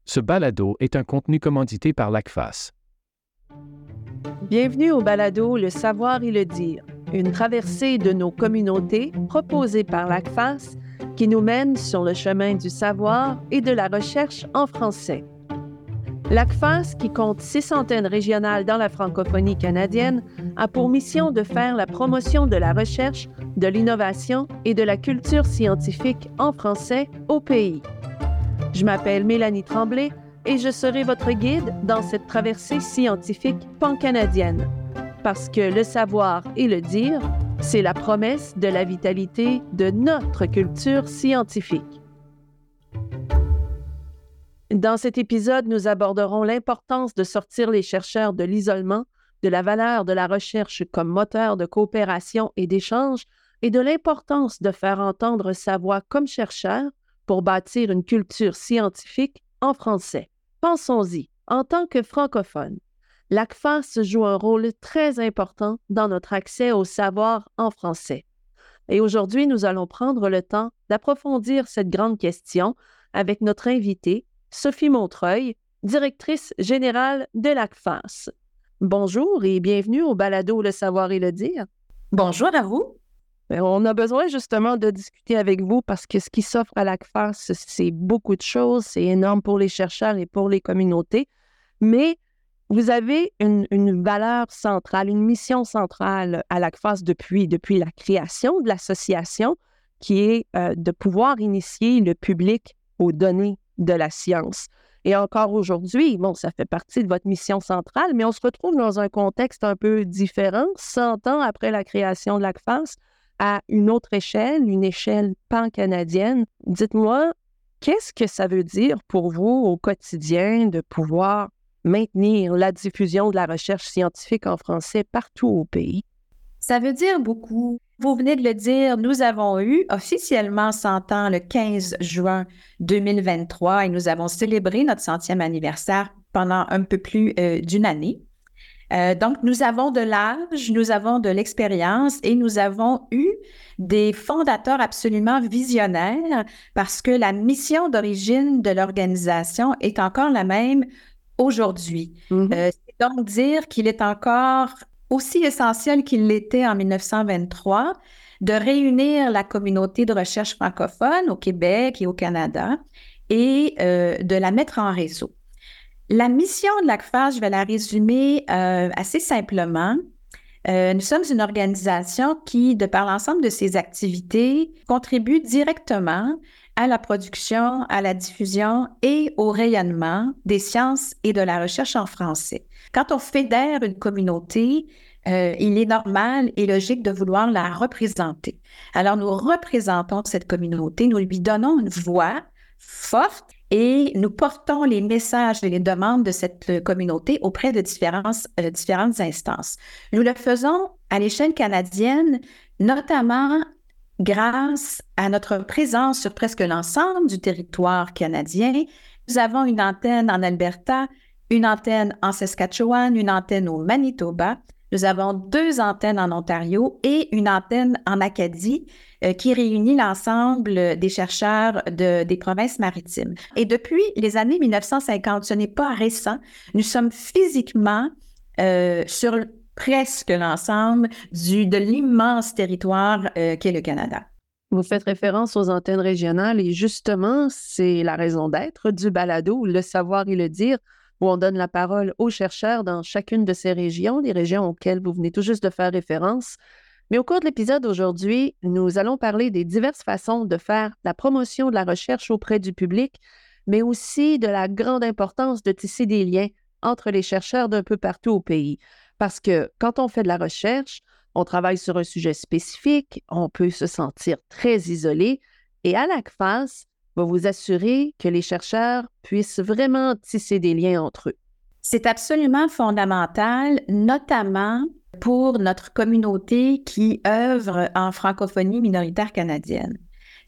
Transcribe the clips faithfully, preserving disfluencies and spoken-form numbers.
Ce balado est un contenu commandité par l'A C F A S. Bienvenue au balado Le savoir et le dire, une traversée de nos communautés proposée par l'A C F A S qui nous mène sur le chemin du savoir et de la recherche en français. L'A C F A S, qui compte six antennes régionales dans la francophonie canadienne, a pour mission de faire la promotion de la recherche, de l'innovation et de la culture scientifique en français au pays. Je m'appelle Mélanie Tremblay et je serai votre guide dans cette traversée scientifique pan-canadienne. Parce que le savoir et le dire, c'est la promesse de la vitalité de notre culture scientifique. Dans cet épisode, nous aborderons l'importance de sortir les chercheurs de l'isolement, de la valeur de la recherche comme moteur de coopération et d'échange, et de l'importance de faire entendre sa voix comme chercheur pour bâtir une culture scientifique en français. Pensons-y, en tant que francophone, l'A C F A S joue un rôle très important dans notre accès au savoir en français. Et aujourd'hui, nous allons prendre le temps d'approfondir cette grande question avec notre invitée, Sophie Montreuil, directrice générale de l'A C F A S. Bonjour et bienvenue au balado Le savoir et le dire. Bonjour à vous. On a besoin justement de discuter avec vous parce que ce qui s'offre à l'A C F A S, c'est beaucoup de choses, c'est énorme pour les chercheurs et pour les communautés, mais vous avez une, une valeur centrale, une mission centrale à l'A C F A S depuis, depuis la création de l'association, qui est euh, de pouvoir initier le public aux données de la science. Et encore aujourd'hui, bon, ça fait partie de votre mission centrale, mais on se retrouve dans un contexte un peu différent, cent ans après la création de l'A C F A S, à une autre échelle, une échelle pan-canadienne. Dites-moi, qu'est-ce que ça veut dire pour vous au quotidien de pouvoir maintenir la diffusion de la recherche scientifique en français partout au pays? Ça veut dire beaucoup. Vous venez de le dire, nous avons eu officiellement cent ans le quinze juin deux mille vingt-trois et nous avons célébré notre centième anniversaire pendant un peu plus euh, d'une année. Euh, donc, nous avons de l'âge, nous avons de l'expérience et nous avons eu des fondateurs absolument visionnaires parce que la mission d'origine de l'organisation est encore la même aujourd'hui. Mm-hmm. Euh, c'est donc dire qu'il est encore aussi essentiel qu'il l'était en dix-neuf cent vingt-trois de réunir la communauté de recherche francophone au Québec et au Canada et euh, de la mettre en réseau. La mission de l'A C F A S, je vais la résumer euh, assez simplement. Euh, nous sommes une organisation qui, de par l'ensemble de ses activités, contribue directement à la production, à la diffusion et au rayonnement des sciences et de la recherche en français. Quand on fédère une communauté, euh, il est normal et logique de vouloir la représenter. Alors, nous représentons cette communauté, nous lui donnons une voix forte et nous portons les messages et les demandes de cette communauté auprès de différentes, euh, différentes instances. Nous le faisons à l'échelle canadienne, notamment grâce à notre présence sur presque l'ensemble du territoire canadien. Nous avons une antenne en Alberta, une antenne en Saskatchewan, une antenne au Manitoba. Nous avons deux antennes en Ontario et une antenne en Acadie euh, qui réunit l'ensemble des chercheurs de, des provinces maritimes. Et depuis les années dix-neuf cent cinquante, ce n'est pas récent, nous sommes physiquement euh, sur presque l'ensemble du, de l'immense territoire euh, qu'est le Canada. Vous faites référence aux antennes régionales et justement, c'est la raison d'être du balado, le savoir et le dire, où on donne la parole aux chercheurs dans chacune de ces régions, les régions auxquelles vous venez tout juste de faire référence. Mais au cours de l'épisode d'aujourd'hui, nous allons parler des diverses façons de faire la promotion de la recherche auprès du public, mais aussi de la grande importance de tisser des liens entre les chercheurs d'un peu partout au pays. Parce que quand on fait de la recherche, on travaille sur un sujet spécifique, on peut se sentir très isolé, et à l'A C F A S, va vous assurer que les chercheurs puissent vraiment tisser des liens entre eux. C'est absolument fondamental, notamment pour notre communauté qui œuvre en francophonie minoritaire canadienne.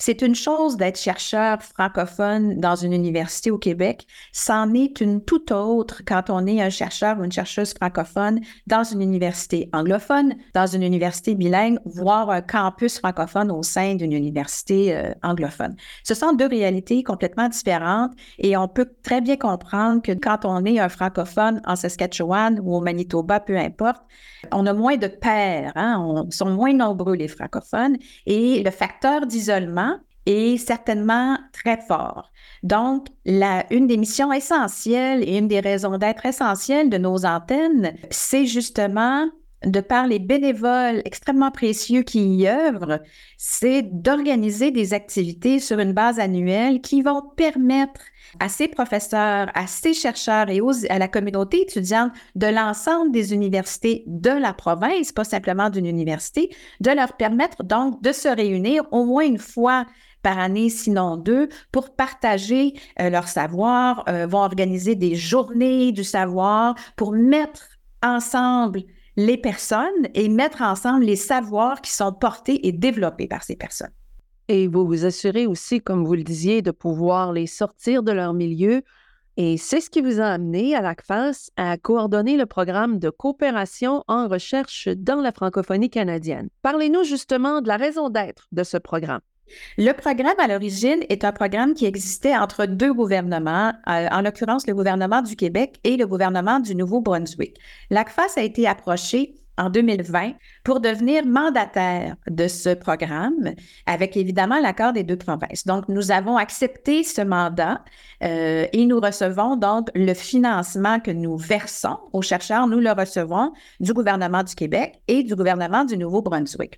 C'est une chose d'être chercheur francophone dans une université au Québec, c'en est une toute autre quand on est un chercheur ou une chercheuse francophone dans une université anglophone, dans une université bilingue, voire un campus francophone au sein d'une université euh, anglophone. Ce sont deux réalités complètement différentes et on peut très bien comprendre que quand on est un francophone en Saskatchewan ou au Manitoba, peu importe, on a moins de pairs, hein? On sont moins nombreux les francophones et le facteur d'isolement est certainement très fort. Donc, la, une des missions essentielles et une des raisons d'être essentielles de nos antennes, c'est justement, de par les bénévoles extrêmement précieux qui y œuvrent, c'est d'organiser des activités sur une base annuelle qui vont permettre à ces professeurs, à ces chercheurs et aux, à la communauté étudiante de l'ensemble des universités de la province, pas simplement d'une université, de leur permettre donc de se réunir au moins une fois par année, sinon deux, pour partager euh, leur savoir, euh, vont organiser des journées du savoir pour mettre ensemble les personnes et mettre ensemble les savoirs qui sont portés et développés par ces personnes. Et vous vous assurez aussi, comme vous le disiez, de pouvoir les sortir de leur milieu. Et c'est ce qui vous a amené à l'A C F A S à coordonner le programme de coopération en recherche dans la francophonie canadienne. Parlez-nous justement de la raison d'être de ce programme. Le programme, à l'origine, est un programme qui existait entre deux gouvernements, euh, en l'occurrence le gouvernement du Québec et le gouvernement du Nouveau-Brunswick. L'A C F A S a été approché en deux mille vingt pour devenir mandataire de ce programme, avec évidemment l'accord des deux provinces. Donc, nous avons accepté ce mandat euh, et nous recevons donc le financement que nous versons aux chercheurs, nous le recevons du gouvernement du Québec et du gouvernement du Nouveau-Brunswick.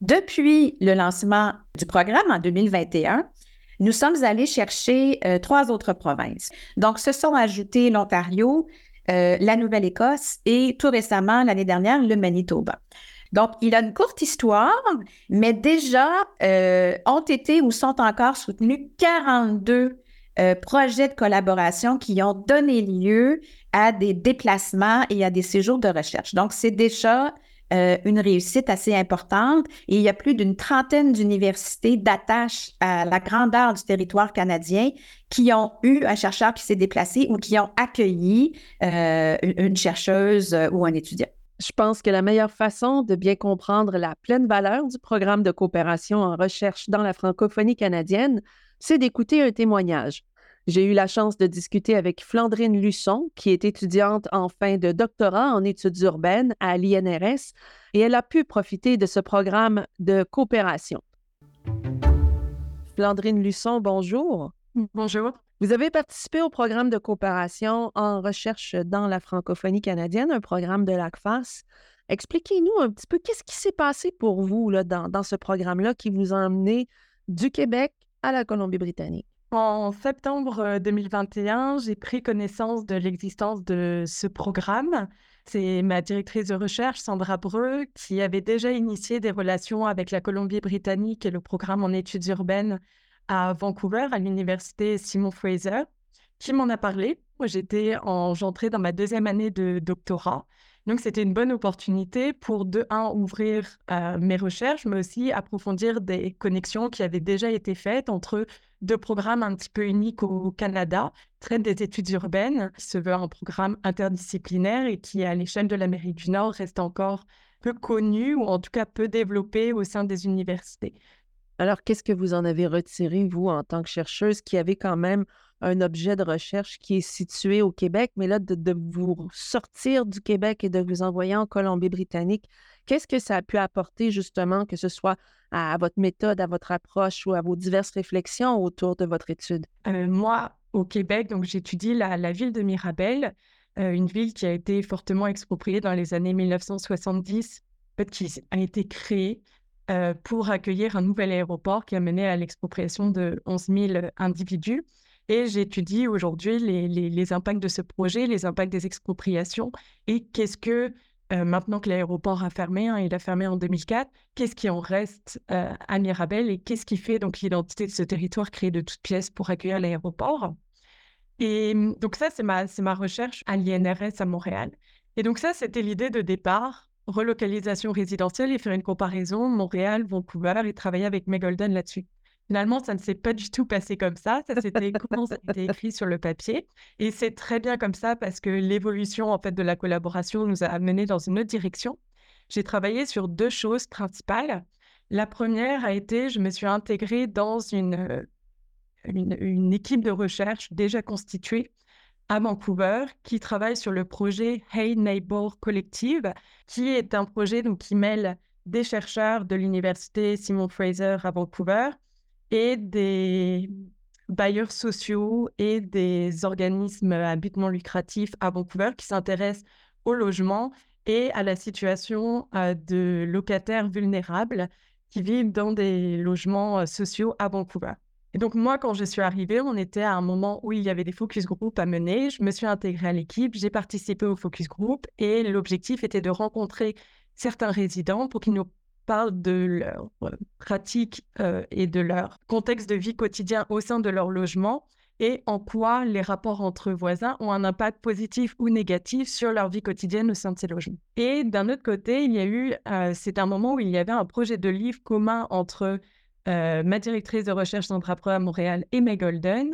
Depuis le lancement du programme en deux mille vingt et un, nous sommes allés chercher euh, trois autres provinces. Donc, se sont ajoutés l'Ontario, euh, la Nouvelle-Écosse et tout récemment, l'année dernière, le Manitoba. Donc, il a une courte histoire, mais déjà euh, ont été ou sont encore soutenus quarante-deux euh, projets de collaboration qui ont donné lieu à des déplacements et à des séjours de recherche. Donc, c'est déjà Euh, une réussite assez importante et il y a plus d'une trentaine d'universités d'attache à la grandeur du territoire canadien qui ont eu un chercheur qui s'est déplacé ou qui ont accueilli euh, une chercheuse ou un étudiant. Je pense que la meilleure façon de bien comprendre la pleine valeur du programme de coopération en recherche dans la francophonie canadienne, c'est d'écouter un témoignage. J'ai eu la chance de discuter avec Flandrine Luçon, qui est étudiante en fin de doctorat en études urbaines à l'I N R S, et elle a pu profiter de ce programme de coopération. Flandrine Luçon, bonjour. Bonjour. Vous avez participé au programme de coopération en recherche dans la francophonie canadienne, un programme de l'A C F A S. Expliquez-nous un petit peu qu'est-ce qui s'est passé pour vous là, dans, dans ce programme-là qui vous a emmené du Québec à la Colombie-Britannique. En septembre deux mille vingt et un, j'ai pris connaissance de l'existence de ce programme. C'est ma directrice de recherche, Sandra Breu, qui avait déjà initié des relations avec la Colombie-Britannique et le programme en études urbaines à Vancouver, à l'université Simon Fraser, qui m'en a parlé. Moi, j'étais en, j'entrais dans ma deuxième année de doctorat. Donc, c'était une bonne opportunité pour, de un, ouvrir euh, mes recherches, mais aussi approfondir des connexions qui avaient déjà été faites entre deux programmes un petit peu uniques au Canada, Traite des études urbaines, qui se veut un programme interdisciplinaire et qui, à l'échelle de l'Amérique du Nord, reste encore peu connu ou en tout cas peu développé au sein des universités. Alors, qu'est-ce que vous en avez retiré, vous, en tant que chercheuse, qui avez quand même un objet de recherche qui est situé au Québec, mais là, de, de vous sortir du Québec et de vous envoyer en Colombie-Britannique, qu'est-ce que ça a pu apporter, justement, que ce soit à, à votre méthode, à votre approche ou à vos diverses réflexions autour de votre étude? Euh, moi, au Québec, donc j'étudie la, la ville de Mirabel, euh, une ville qui a été fortement expropriée dans les années mille neuf cent soixante-dix, en fait, qui a été créée euh, pour accueillir un nouvel aéroport qui a mené à l'expropriation de onze mille individus. Et j'étudie aujourd'hui les, les, les impacts de ce projet, les impacts des expropriations et qu'est-ce que, euh, maintenant que l'aéroport a fermé, hein, il a fermé en deux mille quatre, qu'est-ce qui en reste euh, à Mirabel et qu'est-ce qui fait donc l'identité de ce territoire créé de toutes pièces pour accueillir l'aéroport. Et donc ça, c'est ma, c'est ma recherche à l'I N R S à Montréal. Et donc ça, c'était l'idée de départ, relocalisation résidentielle et faire une comparaison Montréal, Vancouver et travailler avec May Golden là-dessus. Finalement, ça ne s'est pas du tout passé comme ça. Ça, c'était comment ça a été écrit sur le papier. Et c'est très bien comme ça parce que l'évolution en fait, de la collaboration nous a amenés dans une autre direction. J'ai travaillé sur deux choses principales. La première a été, je me suis intégrée dans une, une, une équipe de recherche déjà constituée à Vancouver qui travaille sur le projet Hey Neighbor Collective, qui est un projet donc, qui mêle des chercheurs de l'université Simon Fraser à Vancouver et des bailleurs sociaux et des organismes à but non lucratif à Vancouver qui s'intéressent au logement et à la situation euh, de locataires vulnérables qui vivent dans des logements euh, sociaux à Vancouver. Et donc moi, quand je suis arrivée, on était à un moment où il y avait des focus group à mener. Je me suis intégrée à l'équipe, j'ai participé au focus group et l'objectif était de rencontrer certains résidents pour qu'ils nous parlent de leurs pratiques euh, et de leur contexte de vie quotidien au sein de leur logement et en quoi les rapports entre voisins ont un impact positif ou négatif sur leur vie quotidienne au sein de ces logements. Et d'un autre côté, il y a eu, euh, c'est un moment où il y avait un projet de livre commun entre euh, ma directrice de recherche Sandra Preux à Montréal et May Golden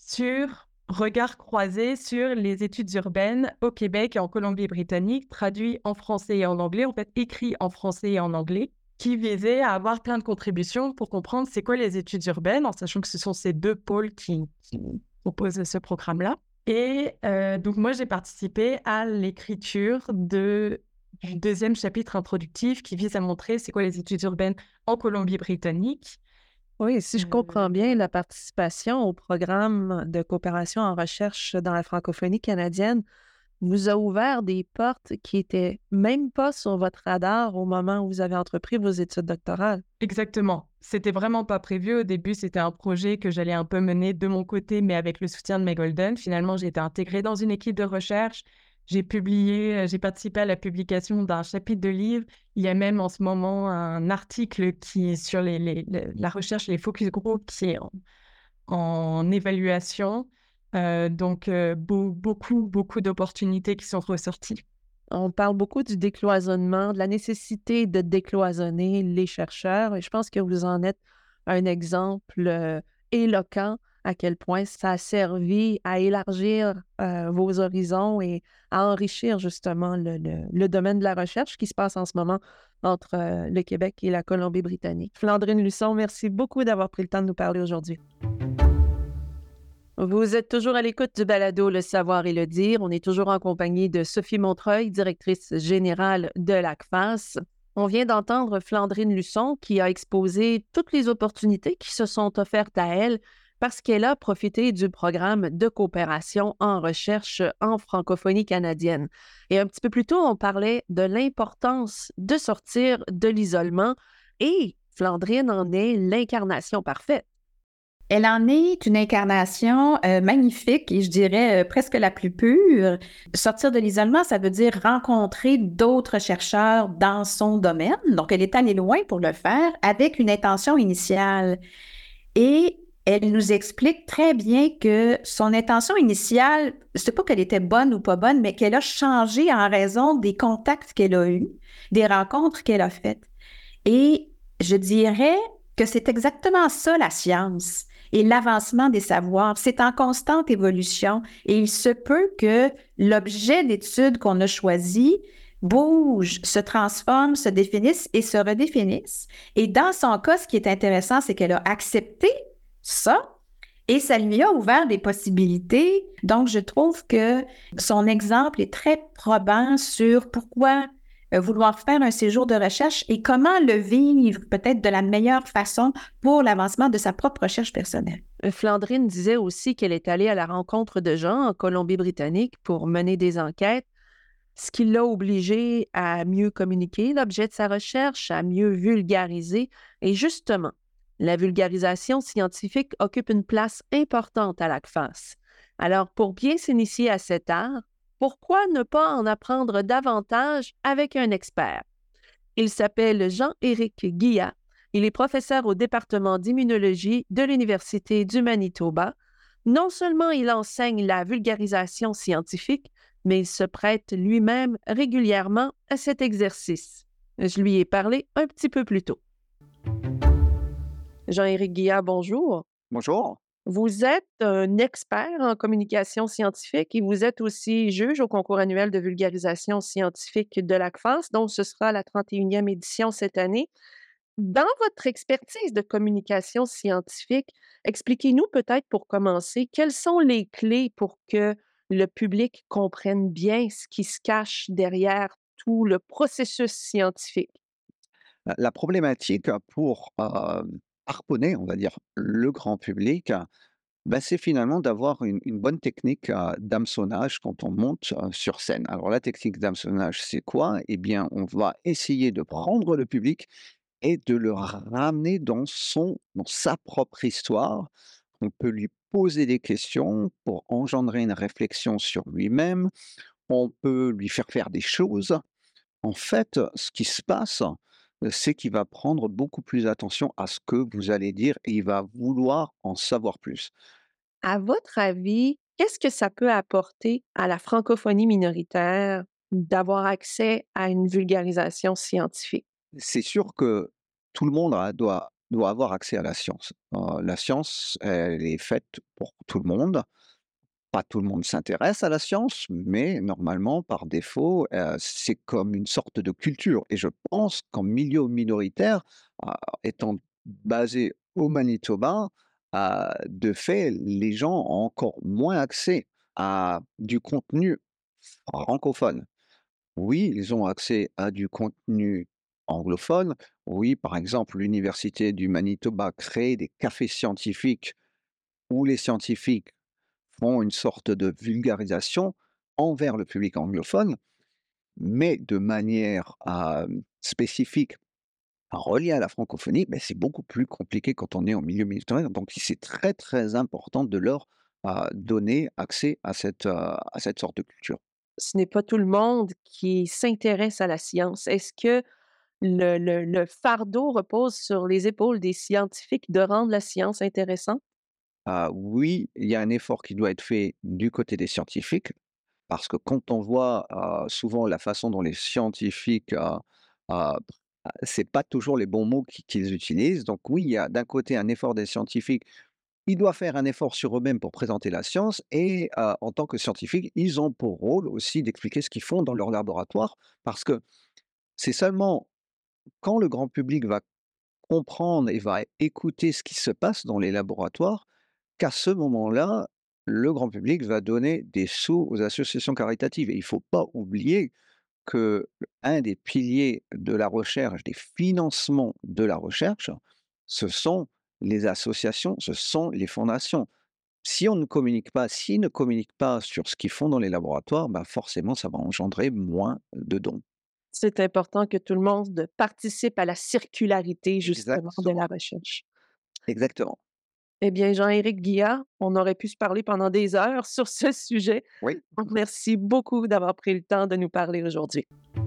sur regard croisé sur les études urbaines au Québec et en Colombie-Britannique, traduit en français et en anglais, en fait écrit en français et en anglais, qui visait à avoir plein de contributions pour comprendre c'est quoi les études urbaines, en sachant que ce sont ces deux pôles qui, qui proposent ce programme-là. Et euh, donc moi, j'ai participé à l'écriture de, du deuxième chapitre introductif qui vise à montrer c'est quoi les études urbaines en Colombie-Britannique. Oui, si je comprends bien, la participation au programme de coopération en recherche dans la francophonie canadienne vous a ouvert des portes qui n'étaient même pas sur votre radar au moment où vous avez entrepris vos études doctorales. Exactement. C'était vraiment pas prévu. Au début, c'était un projet que j'allais un peu mener de mon côté, mais avec le soutien de May Golden. Finalement, j'ai été intégrée dans une équipe de recherche. J'ai publié, j'ai participé à la publication d'un chapitre de livre. Il y a même en ce moment un article qui est sur les, les, les, la recherche et les focus group qui est en, en évaluation. Euh, donc, euh, beau, beaucoup, beaucoup d'opportunités qui sont ressorties. On parle beaucoup du décloisonnement, de la nécessité de décloisonner les chercheurs, et je pense que vous en êtes un exemple euh, éloquent à quel point ça a servi à élargir euh, vos horizons et à enrichir justement le, le, le domaine de la recherche qui se passe en ce moment entre euh, le Québec et la Colombie-Britannique. Flandrine Lusson, merci beaucoup d'avoir pris le temps de nous parler aujourd'hui. Vous êtes toujours à l'écoute du balado Le savoir et le dire. On est toujours en compagnie de Sophie Montreuil, directrice générale de l'A C F A S. On vient d'entendre Flandrine Lusson qui a exposé toutes les opportunités qui se sont offertes à elle parce qu'elle a profité du programme de coopération en recherche en francophonie canadienne. Et un petit peu plus tôt, on parlait de l'importance de sortir de l'isolement et Flandrine en est l'incarnation parfaite. Elle en est une incarnation euh, magnifique et je dirais euh, presque la plus pure. Sortir de l'isolement, ça veut dire rencontrer d'autres chercheurs dans son domaine. Donc, elle est allée loin pour le faire avec une intention initiale. Et elle nous explique très bien que son intention initiale, c'est pas qu'elle était bonne ou pas bonne, mais qu'elle a changé en raison des contacts qu'elle a eus, des rencontres qu'elle a faites. Et je dirais que c'est exactement ça la science. Et l'avancement des savoirs, c'est en constante évolution et il se peut que l'objet d'étude qu'on a choisi bouge, se transforme, se définisse et se redéfinisse. Et dans son cas, ce qui est intéressant, c'est qu'elle a accepté ça et ça lui a ouvert des possibilités. Donc, je trouve que son exemple est très probant sur pourquoi vouloir faire un séjour de recherche et comment le vivre peut-être de la meilleure façon pour l'avancement de sa propre recherche personnelle. Flandrine disait aussi qu'elle est allée à la rencontre de gens en Colombie-Britannique pour mener des enquêtes, ce qui l'a obligée à mieux communiquer l'objet de sa recherche, à mieux vulgariser. Et justement, la vulgarisation scientifique occupe une place importante à l'A C F A S. Alors, pour bien s'initier à cet art, pourquoi ne pas en apprendre davantage avec un expert? Il s'appelle Jean-Éric Guillat. Il est professeur au département d'immunologie de l'Université du Manitoba. Non seulement il enseigne la vulgarisation scientifique, mais il se prête lui-même régulièrement à cet exercice. Je lui ai parlé un petit peu plus tôt. Jean-Éric Guillard, bonjour. Bonjour. Vous êtes un expert en communication scientifique et vous êtes aussi juge au concours annuel de vulgarisation scientifique de l'A C F A S, dont ce sera la trente et unième édition cette année. Dans votre expertise de communication scientifique, expliquez-nous peut-être pour commencer, quelles sont les clés pour que le public comprenne bien ce qui se cache derrière tout le processus scientifique? La la problématique pour, hem, harponner, on va dire, le grand public, bah, c'est finalement d'avoir une une bonne technique, heu, d'hameçonnage quand on monte, heu, sur scène. Alors la technique d'hameçonnage, c'est quoi? Eh bien, on va essayer de prendre le public et de le ramener dans son dans sa propre histoire. On peut lui poser des questions pour engendrer une réflexion sur lui-même. On peut lui faire faire des choses. En fait, ce qui se passe, heu, c'est qu'il va prendre beaucoup plus attention à ce que vous allez dire et il va vouloir en savoir plus. À votre avis, qu'est-ce que ça peut apporter à la francophonie minoritaire d'avoir accès à une vulgarisation scientifique? C'est sûr que tout le monde a doit doit avoir accès à la science. Heu, la science, elle est faite pour tout le monde. Pas tout le monde s'intéresse à la science, mais normalement, par défaut, heu, c'est comme une sorte de culture et je pense qu'en milieu minoritaire, heu, étant basé au Manitoba, heu, de fait, les gens ont encore moins accès à du contenu francophone. Oui, ils ont accès à du contenu anglophone. Oui, par exemple, l'université du Manitoba crée des cafés scientifiques où les scientifiques font une sorte de vulgarisation envers le public anglophone, mais de manière, hem, spécifique, reliée à la francophonie, beh, c'est beaucoup plus compliqué quand on est en milieu militaire. Donc c'est très, très important de leur, heu, donner accès à cette, heu, à cette sorte de culture. Ce n'est pas tout le monde qui s'intéresse à la science. Est-ce que le le le fardeau repose sur les épaules des scientifiques de rendre la science intéressante? Ah oui, il y a un effort qui doit être fait du côté des scientifiques, parce que quand on voit, heu, souvent la façon dont les scientifiques, heu heu, c'est pas toujours les bons mots qui qu'ils utilisent. Donc oui, il y a d'un côté un effort des scientifiques. Ils doivent faire un effort sur eux-mêmes pour présenter la science et heu, en tant que scientifiques, ils ont pour rôle aussi d'expliquer ce qu'ils font dans leur laboratoire. Parce que c'est seulement quand le grand public va comprendre et va écouter ce qui se passe dans les laboratoires, qu'à ce moment-là, le grand public va donner des sous aux associations caritatives et il ne faut pas oublier que un des piliers de la recherche, des financements de la recherche, ce sont les associations, ce sont les fondations. Si on ne communique pas, s'ils ne communiquent pas sur ce qu'ils font dans les laboratoires, bah, forcément ça va engendrer moins de dons. C'est important que tout le monde participe à la circularité justement de la Exactement, recherche. exactement. Eh bien, Jean-Éric Guillard, on aurait pu se parler pendant des heures sur ce sujet. Oui. Donc merci beaucoup d'avoir pris le temps de nous parler aujourd'hui.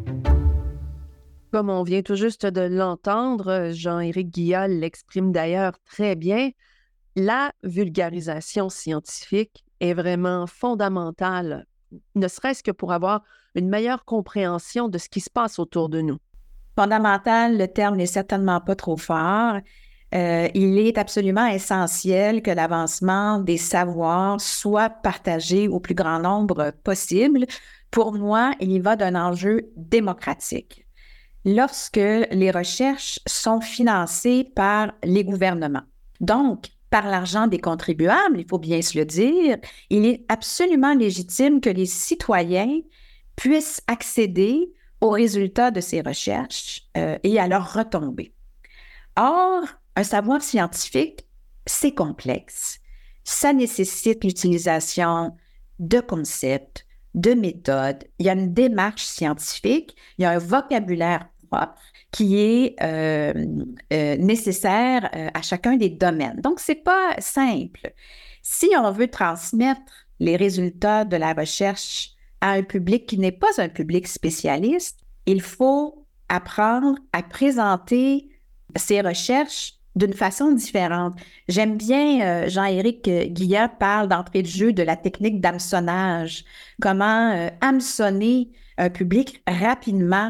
Comme on vient tout juste de l'entendre, Jean-Éric Guillard l'exprime d'ailleurs très bien, la vulgarisation scientifique est vraiment fondamentale, ne serait-ce que pour avoir une meilleure compréhension de ce qui se passe autour de nous. Fondamental, le terme n'est certainement pas trop fort. Euh, il est absolument essentiel que l'avancement des savoirs soit partagé au plus grand nombre possible. Pour moi, il y va d'un enjeu démocratique. Lorsque les recherches sont financées par les gouvernements, donc par l'argent des contribuables, il faut bien se le dire, il est absolument légitime que les citoyens puissent accéder aux résultats de ces recherches euh, et à leurs retombées. Or, un savoir scientifique, c'est complexe. Ça nécessite l'utilisation de concepts, de méthodes. Il y a une démarche scientifique, il y a un vocabulaire propre qui est euh, euh, nécessaire euh, à chacun des domaines. Donc, c'est pas simple. Si on veut transmettre les résultats de la recherche à un public qui n'est pas un public spécialiste, il faut apprendre à présenter ces recherches d'une façon différente. J'aime bien, euh, Jean-Éric Guillard parle d'entrée de jeu de la technique d'hameçonnage, comment euh, hameçonner un public rapidement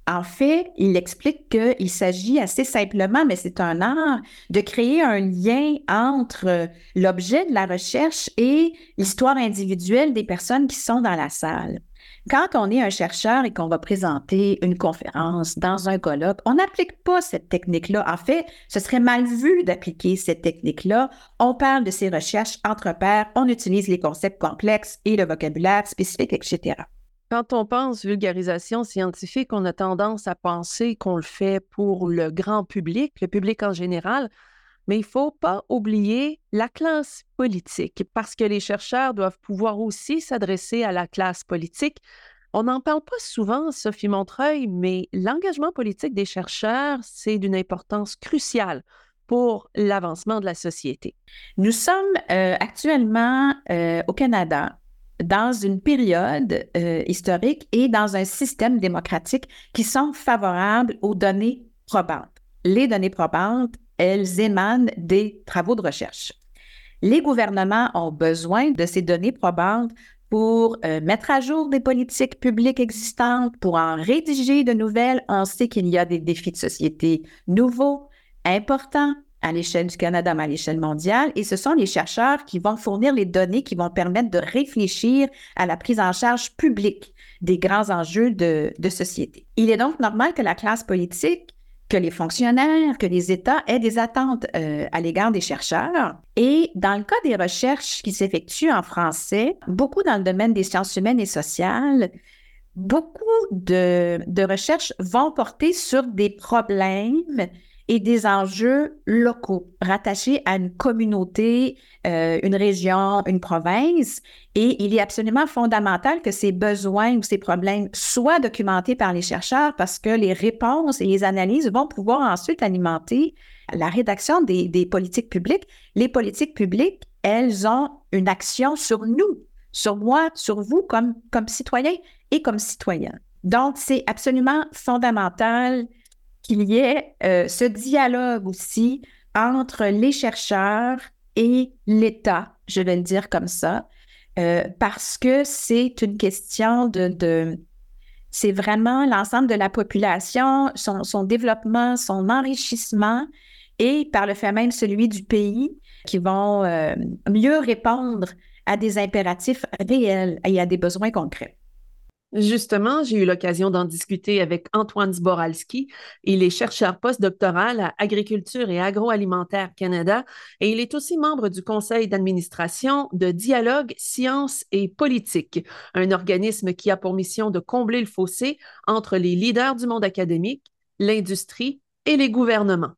En fait, il explique qu'il s'agit assez simplement, mais c'est un art, de créer un lien entre l'objet de la recherche et l'histoire individuelle des personnes qui sont dans la salle. Quand on est un chercheur et qu'on va présenter une conférence dans un colloque, on n'applique pas cette technique-là. En fait, ce serait mal vu d'appliquer cette technique-là. On parle de ces recherches entre pairs, on utilise les concepts complexes et le vocabulaire spécifique, et cetera. Quand on pense vulgarisation scientifique, on a tendance à penser qu'on le fait pour le grand public, le public en général, mais il ne faut pas oublier la classe politique, parce que les chercheurs doivent pouvoir aussi s'adresser à la classe politique. On n'en parle pas souvent, Sophie Montreuil, mais l'engagement politique des chercheurs, c'est d'une importance cruciale pour l'avancement de la société. Nous sommes euh, actuellement euh, au Canada dans une période euh, historique et dans un système démocratique qui sont favorables aux données probantes. Les données probantes, elles émanent des travaux de recherche. Les gouvernements ont besoin de ces données probantes pour euh, mettre à jour des politiques publiques existantes, pour en rédiger de nouvelles. On sait qu'il y a des défis de société nouveaux, importants, à l'échelle du Canada, mais à l'échelle mondiale, et ce sont les chercheurs qui vont fournir les données qui vont permettre de réfléchir à la prise en charge publique des grands enjeux de, de société. Il est donc normal que la classe politique, que les fonctionnaires, que les États aient des attentes euh, à l'égard des chercheurs. Et dans le cas des recherches qui s'effectuent en français, beaucoup dans le domaine des sciences humaines et sociales, beaucoup de, de recherches vont porter sur des problèmes et des enjeux locaux rattachés à une communauté, euh, une région, une province. Et il est absolument fondamental que ces besoins ou ces problèmes soient documentés par les chercheurs parce que les réponses et les analyses vont pouvoir ensuite alimenter la rédaction des, des politiques publiques. Les politiques publiques, elles ont une action sur nous, sur moi, sur vous comme, comme citoyens et comme citoyens. Donc, c'est absolument fondamental qu'il y ait euh, ce dialogue aussi entre les chercheurs et l'État, je vais le dire comme ça, euh, parce que c'est une question de, de c'est vraiment l'ensemble de la population, son, son développement, son enrichissement et par le fait même celui du pays qui vont euh, mieux répondre à des impératifs réels et à des besoins concrets. Justement, j'ai eu l'occasion d'en discuter avec Antoine Zboralski. Il est chercheur postdoctoral à Agriculture et Agroalimentaire Canada et il est aussi membre du conseil d'administration de Dialogue, Sciences et Politique, un organisme qui a pour mission de combler le fossé entre les leaders du monde académique, l'industrie et les gouvernements.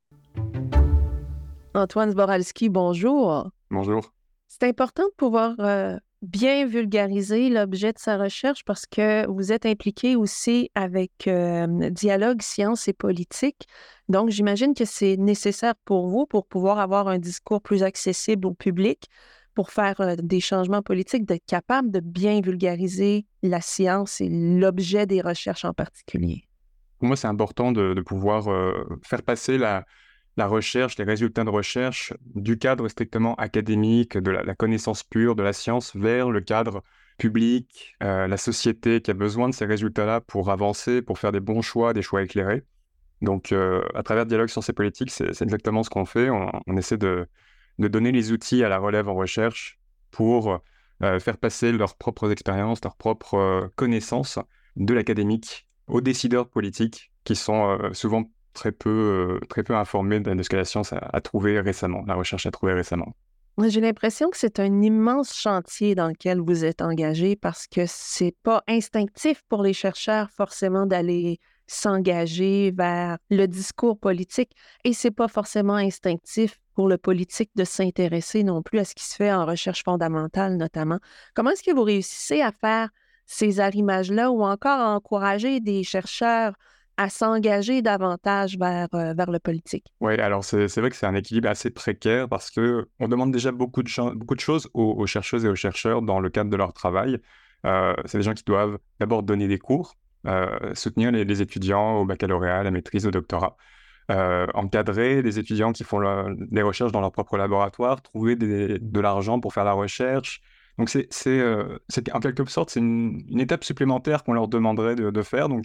Antoine Zboralski, bonjour. Bonjour. C'est important de pouvoir euh, bien vulgariser l'objet de sa recherche parce que vous êtes impliqué aussi avec euh, Dialogue, Sciences et Politique. Donc, j'imagine que c'est nécessaire pour vous pour pouvoir avoir un discours plus accessible au public, pour faire euh, des changements politiques, d'être capable de bien vulgariser la science et l'objet des recherches en particulier. Pour moi, c'est important de, de pouvoir euh, faire passer la... la recherche, les résultats de recherche du cadre strictement académique, de la, la connaissance pure, de la science, vers le cadre public, euh, la société qui a besoin de ces résultats-là pour avancer, pour faire des bons choix, des choix éclairés. Donc, euh, à travers Dialogue, Sciences et Politique, c'est, c'est exactement ce qu'on fait. On, on essaie de, de donner les outils à la relève en recherche pour euh, faire passer leurs propres expériences, leurs propres euh, connaissances de l'académique aux décideurs politiques qui sont euh, souvent très peu, euh, très peu informés de, de ce que la science a, a trouvé récemment, la recherche a trouvé récemment. J'ai l'impression que c'est un immense chantier dans lequel vous êtes engagé parce que c'est pas instinctif pour les chercheurs forcément d'aller s'engager vers le discours politique et c'est pas forcément instinctif pour le politique de s'intéresser non plus à ce qui se fait en recherche fondamentale notamment. Comment est-ce que vous réussissez à faire ces arrimages-là ou encore à encourager des chercheurs à s'engager davantage vers, euh, vers le politique? Oui, alors c'est, c'est vrai que c'est un équilibre assez précaire parce qu'on demande déjà beaucoup de, ch- beaucoup de choses aux, aux chercheuses et aux chercheurs dans le cadre de leur travail. Euh, c'est des gens qui doivent d'abord donner des cours, euh, soutenir les, les étudiants au baccalauréat, à la maîtrise, au doctorat, euh, encadrer les étudiants qui font la, des recherches dans leur propre laboratoire, trouver des, de l'argent pour faire la recherche. Donc c'est, c'est, euh, c'est en quelque sorte, c'est une, une étape supplémentaire qu'on leur demanderait de, de faire. Donc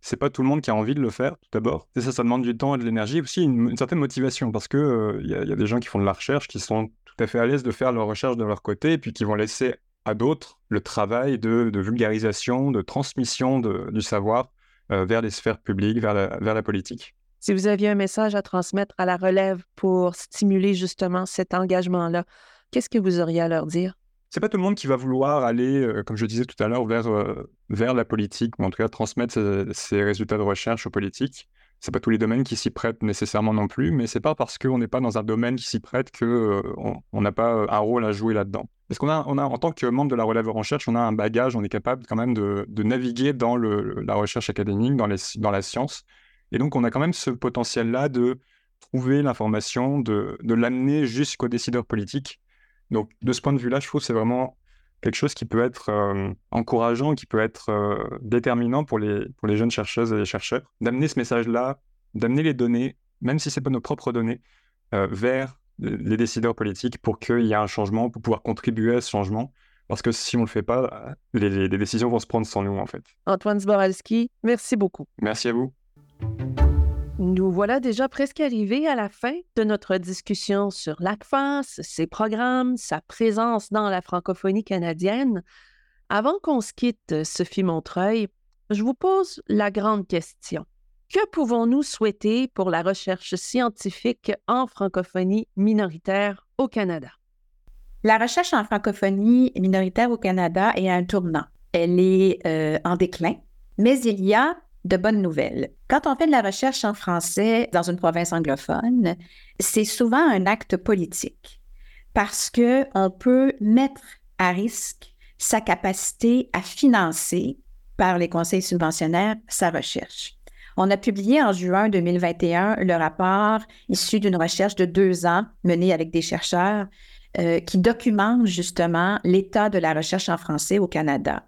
c'est pas tout le monde qui a envie de le faire, tout d'abord. Et ça, ça demande du temps et de l'énergie, aussi une, une certaine motivation, parce que il euh, y, y a des gens qui font de la recherche, qui sont tout à fait à l'aise de faire leur recherche de leur côté, et puis qui vont laisser à d'autres le travail de, de vulgarisation, de transmission de, du savoir euh, vers les sphères publiques, vers la, vers la politique. Si vous aviez un message à transmettre à la relève pour stimuler justement cet engagement-là, qu'est-ce que vous auriez à leur dire? C'est pas tout le monde qui va vouloir aller, euh, comme je disais tout à l'heure, vers, euh, vers la politique, ou en tout cas transmettre ses, ses résultats de recherche aux politiques. C'est pas tous les domaines qui s'y prêtent nécessairement non plus, mais c'est pas parce qu'on n'est pas dans un domaine qui s'y prête qu'on euh, n'a pas un rôle à jouer là-dedans. Parce qu'on a, on a, en tant que membre de la relève recherche, on a un bagage, on est capable quand même de, de naviguer dans le, la recherche académique, dans, les, dans la science. Et donc, on a quand même ce potentiel-là de trouver l'information, de, de l'amener jusqu'aux décideurs politiques. Donc, de ce point de vue-là, je trouve que c'est vraiment quelque chose qui peut être euh, encourageant, qui peut être euh, déterminant pour les, pour les jeunes chercheuses et les chercheurs, d'amener ce message-là, d'amener les données, même si ce n'est pas nos propres données, euh, vers les décideurs politiques pour qu'il y ait un changement, pour pouvoir contribuer à ce changement. Parce que si on ne le fait pas, les, les, les décisions vont se prendre sans nous, en fait. Antoine Zboralski, merci beaucoup. Merci à vous. Nous voilà déjà presque arrivés à la fin de notre discussion sur l'A C F A S, ses programmes, sa présence dans la francophonie canadienne. Avant qu'on se quitte, Sophie Montreuil, je vous pose la grande question. Que pouvons-nous souhaiter pour la recherche scientifique en francophonie minoritaire au Canada? La recherche en francophonie minoritaire au Canada est à un tournant. Elle est euh, en déclin, mais il y a de bonnes nouvelles. Quand on fait de la recherche en français dans une province anglophone, c'est souvent un acte politique parce qu'on peut mettre à risque sa capacité à financer par les conseils subventionnaires sa recherche. On a publié en juin deux mille vingt et un le rapport issu d'une recherche de deux ans menée avec des chercheurs euh, qui documente justement l'état de la recherche en français au Canada.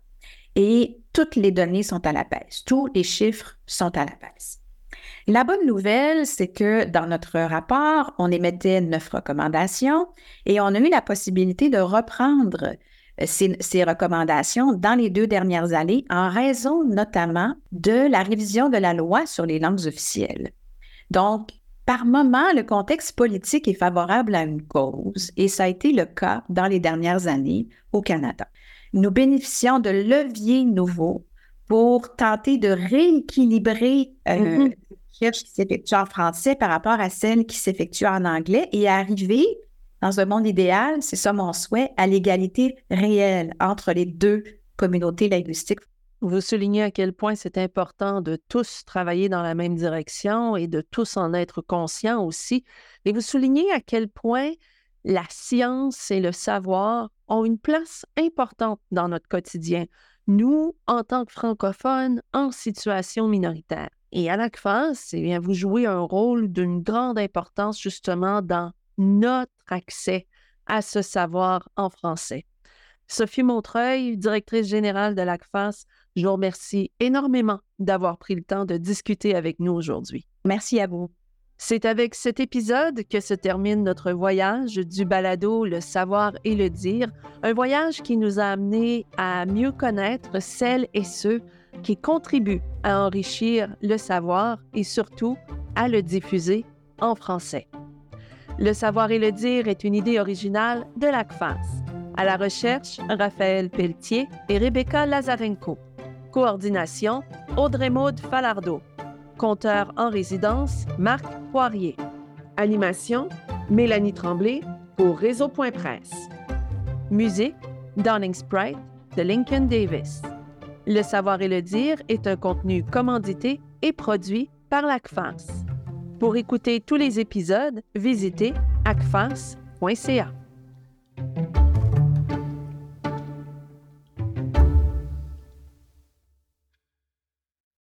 Et toutes les données sont à la baisse, tous les chiffres sont à la baisse. La bonne nouvelle, c'est que dans notre rapport, on émettait neuf recommandations et on a eu la possibilité de reprendre ces, ces recommandations dans les deux dernières années en raison notamment de la révision de la loi sur les langues officielles. Donc, par moment, le contexte politique est favorable à une cause et ça a été le cas dans les dernières années au Canada. Nous bénéficions de leviers nouveaux pour tenter de rééquilibrer euh, mm-hmm. la recherche qui s'effectue en français par rapport à celle qui s'effectue en anglais et arriver, dans un monde idéal, c'est ça mon souhait, à l'égalité réelle entre les deux communautés linguistiques. Vous soulignez à quel point c'est important de tous travailler dans la même direction et de tous en être conscients aussi. Et vous soulignez à quel point la science et le savoir ont une place importante dans notre quotidien, nous, en tant que francophones, en situation minoritaire. Et à l'A C F A S, eh bien, vous jouez un rôle d'une grande importance justement dans notre accès à ce savoir en français. Sophie Montreuil, directrice générale de l'A C F A S, je vous remercie énormément d'avoir pris le temps de discuter avec nous aujourd'hui. Merci à vous. C'est avec cet épisode que se termine notre voyage du balado Le savoir et le dire, un voyage qui nous a amenés à mieux connaître celles et ceux qui contribuent à enrichir le savoir et surtout à le diffuser en français. Le savoir et le dire est une idée originale de l'A C F A S. À la recherche, Raphaël Pelletier et Rebecca Lazarenko. Coordination, Audrey-Maude Falardeau. Conteur en résidence, Marc Poirier. Animation, Mélanie Tremblay pour Réseau Point Presse. Musique, Dawning Sprite de Lincoln Davis. Le savoir et le dire est un contenu commandité et produit par l'A C F A S. Pour écouter tous les épisodes, visitez a c f a s point c a.